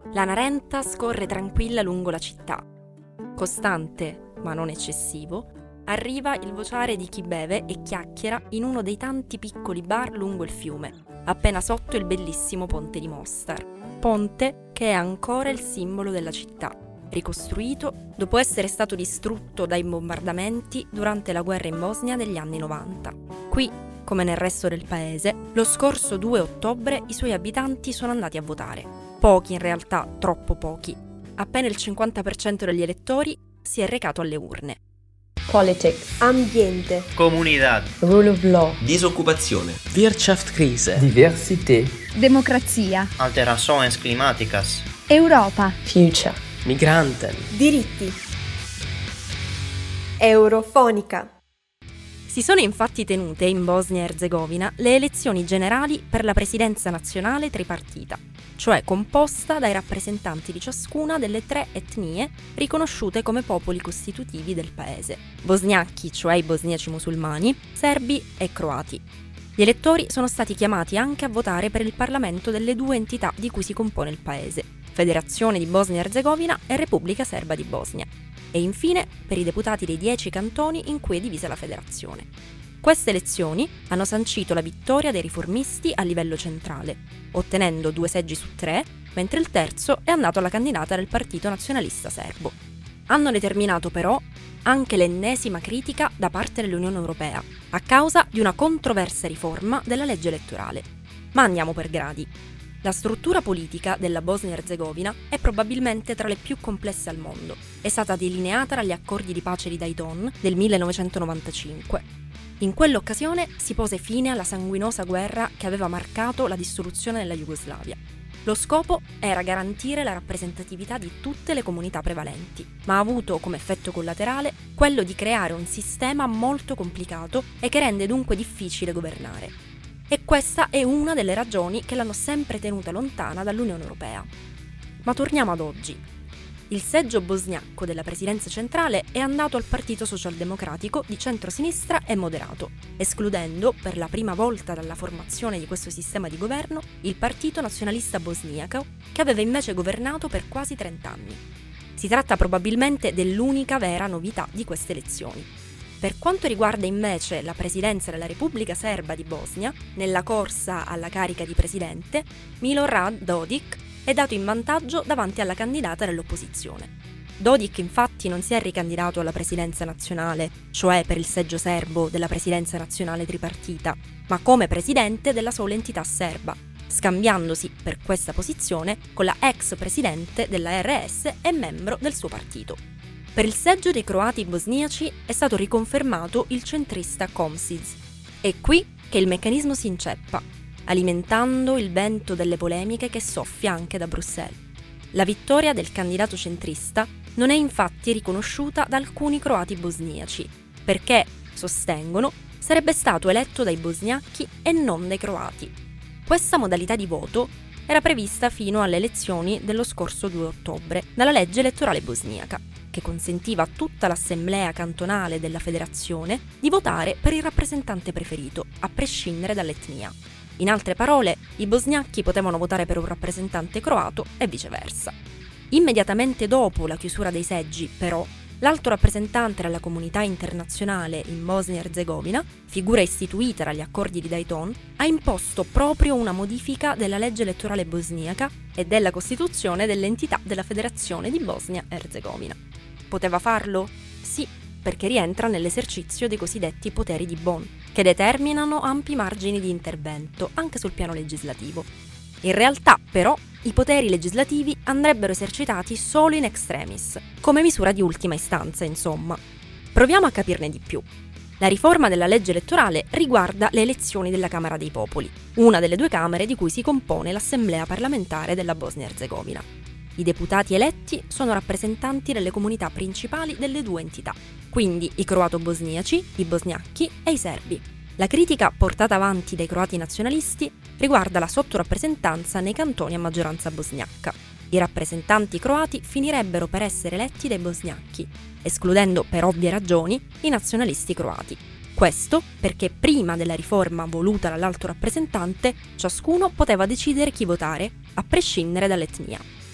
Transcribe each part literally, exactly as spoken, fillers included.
La Narenta scorre tranquilla lungo la città. Costante, ma non eccessivo, arriva il vociare di chi beve e chiacchiera in uno dei tanti piccoli bar lungo il fiume, appena sotto il bellissimo ponte di Mostar. Ponte che è ancora il simbolo della città, ricostruito dopo essere stato distrutto dai bombardamenti durante la guerra in Bosnia degli anni novanta. Qui, come nel resto del paese, lo scorso due ottobre i suoi abitanti sono andati a votare. Pochi in realtà, troppo pochi. Appena il cinquanta per cento degli elettori si è recato alle urne. Politics, ambiente, comunità, rule of law, disoccupazione, Wirtschaftskrise, diversità, democrazia, alterações climáticas, Europa, future, migranten, diritti. Eurofonica. Si sono infatti tenute in Bosnia e Erzegovina le elezioni generali per la presidenza nazionale tripartita, cioè composta dai rappresentanti di ciascuna delle tre etnie riconosciute come popoli costitutivi del paese: bosgnacchi, cioè i bosniaci musulmani, serbi e croati. Gli elettori sono stati chiamati anche a votare per il Parlamento delle due entità di cui si compone il paese: Federazione di Bosnia e Erzegovina e Repubblica Serba di Bosnia. E infine per i deputati dei dieci cantoni in cui è divisa la federazione. Queste elezioni hanno sancito la vittoria dei riformisti a livello centrale, ottenendo due seggi su tre, mentre il terzo è andato alla candidata del Partito Nazionalista Serbo. Hanno determinato però anche l'ennesima critica da parte dell'Unione Europea, a causa di una controversa riforma della legge elettorale. Ma andiamo per gradi. La struttura politica della Bosnia e Erzegovina è probabilmente tra le più complesse al mondo. È stata delineata dagli accordi di pace di Dayton del millenovecentonovantacinque. In quell'occasione si pose fine alla sanguinosa guerra che aveva marcato la dissoluzione della Jugoslavia. Lo scopo era garantire la rappresentatività di tutte le comunità prevalenti, ma ha avuto come effetto collaterale quello di creare un sistema molto complicato e che rende dunque difficile governare. E questa è una delle ragioni che l'hanno sempre tenuta lontana dall'Unione Europea. Ma torniamo ad oggi. Il seggio bosgnacco della presidenza centrale è andato al Partito Socialdemocratico di centrosinistra e moderato, escludendo, per la prima volta dalla formazione di questo sistema di governo, il Partito Nazionalista Bosniaco, che aveva invece governato per quasi trent'anni. Si tratta probabilmente dell'unica vera novità di queste elezioni. Per quanto riguarda invece la presidenza della Repubblica Serba di Bosnia, nella corsa alla carica di presidente, Milorad Dodik è dato in vantaggio davanti alla candidata dell'opposizione. Dodik infatti non si è ricandidato alla presidenza nazionale, cioè per il seggio serbo della presidenza nazionale tripartita, ma come presidente della sola entità serba, scambiandosi per questa posizione con la ex presidente della R S e membro del suo partito. Per il seggio dei croati bosniaci è stato riconfermato il centrista Komšić. È qui che il meccanismo si inceppa, alimentando il vento delle polemiche che soffia anche da Bruxelles. La vittoria del candidato centrista non è infatti riconosciuta da alcuni croati bosniaci, perché, sostengono, sarebbe stato eletto dai bosgnacchi e non dai croati. Questa modalità di voto era prevista fino alle elezioni dello scorso due ottobre dalla legge elettorale bosniaca, che consentiva a tutta l'assemblea cantonale della federazione di votare per il rappresentante preferito, a prescindere dall'etnia. In altre parole, i bosgnacchi potevano votare per un rappresentante croato e viceversa. Immediatamente dopo la chiusura dei seggi, però, l'alto rappresentante della comunità internazionale in Bosnia e Erzegovina, figura istituita dagli accordi di Dayton, ha imposto proprio una modifica della legge elettorale bosniaca e della costituzione dell'entità della Federazione di Bosnia e Erzegovina. Poteva farlo? Sì, perché rientra nell'esercizio dei cosiddetti poteri di Bonn, che determinano ampi margini di intervento anche sul piano legislativo. In realtà, però, i poteri legislativi andrebbero esercitati solo in extremis, come misura di ultima istanza, insomma. Proviamo a capirne di più. La riforma della legge elettorale riguarda le elezioni della Camera dei Popoli, una delle due camere di cui si compone l'Assemblea parlamentare della Bosnia e Erzegovina. I deputati eletti sono rappresentanti delle comunità principali delle due entità, quindi i croato-bosniaci, i bosgnacchi e i serbi. La critica portata avanti dai croati nazionalisti riguarda la sottorappresentanza nei cantoni a maggioranza bosgnacca. I rappresentanti croati finirebbero per essere eletti dai bosgnacchi, escludendo per ovvie ragioni i nazionalisti croati. Questo perché prima della riforma voluta dall'alto rappresentante, ciascuno poteva decidere chi votare, a prescindere dall'etnia.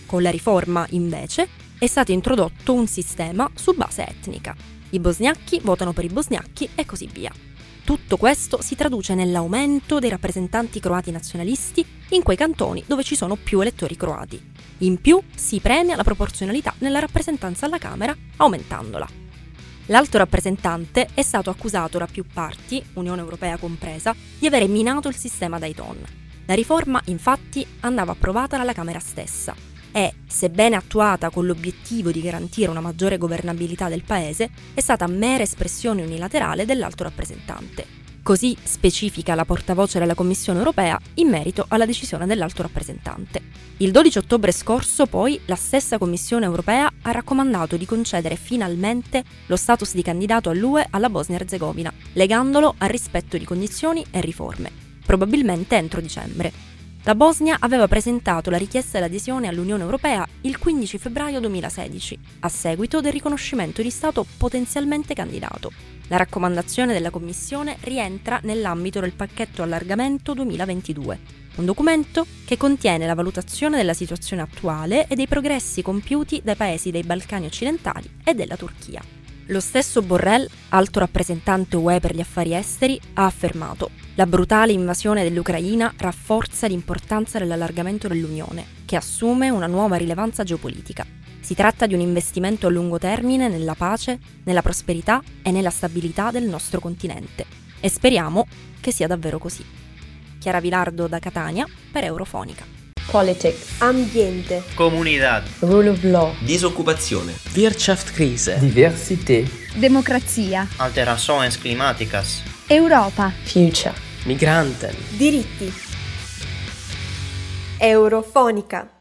Con la riforma, invece, è stato introdotto un sistema su base etnica. I bosniachi votano per i bosniachi e così via. Tutto questo si traduce nell'aumento dei rappresentanti croati nazionalisti in quei cantoni dove ci sono più elettori croati. In più si premia la proporzionalità nella rappresentanza alla Camera, aumentandola. L'alto rappresentante è stato accusato da più parti, Unione Europea compresa, di avere minato il sistema Dayton. La riforma, infatti, andava approvata dalla Camera stessa e, sebbene attuata con l'obiettivo di garantire una maggiore governabilità del paese, è stata mera espressione unilaterale dell'alto rappresentante. Così specifica la portavoce della Commissione Europea in merito alla decisione dell'alto rappresentante. Il dodici ottobre scorso, poi, la stessa Commissione Europea ha raccomandato di concedere finalmente lo status di candidato all'U E alla Bosnia-Erzegovina, legandolo al rispetto di condizioni e riforme, probabilmente entro dicembre. La Bosnia aveva presentato la richiesta di adesione all'Unione Europea il quindici febbraio duemilasedici, a seguito del riconoscimento di Stato potenzialmente candidato. La raccomandazione della Commissione rientra nell'ambito del pacchetto allargamento duemilaventidue, un documento che contiene la valutazione della situazione attuale e dei progressi compiuti dai paesi dei Balcani occidentali e della Turchia. Lo stesso Borrell, alto rappresentante U E per gli affari esteri, ha affermato: la brutale invasione dell'Ucraina rafforza l'importanza dell'allargamento dell'Unione, che assume una nuova rilevanza geopolitica. Si tratta di un investimento a lungo termine nella pace, nella prosperità e nella stabilità del nostro continente. E speriamo che sia davvero così. Chiara Vilardo da Catania per Eurofonica. Politics, ambiente, Comunidad. rule of law, Disoccupazione. Wirtschaftskrise. Diversität. Democrazia. Alterações climáticas. Europa. future, Migranten. diritti. Eurofonica.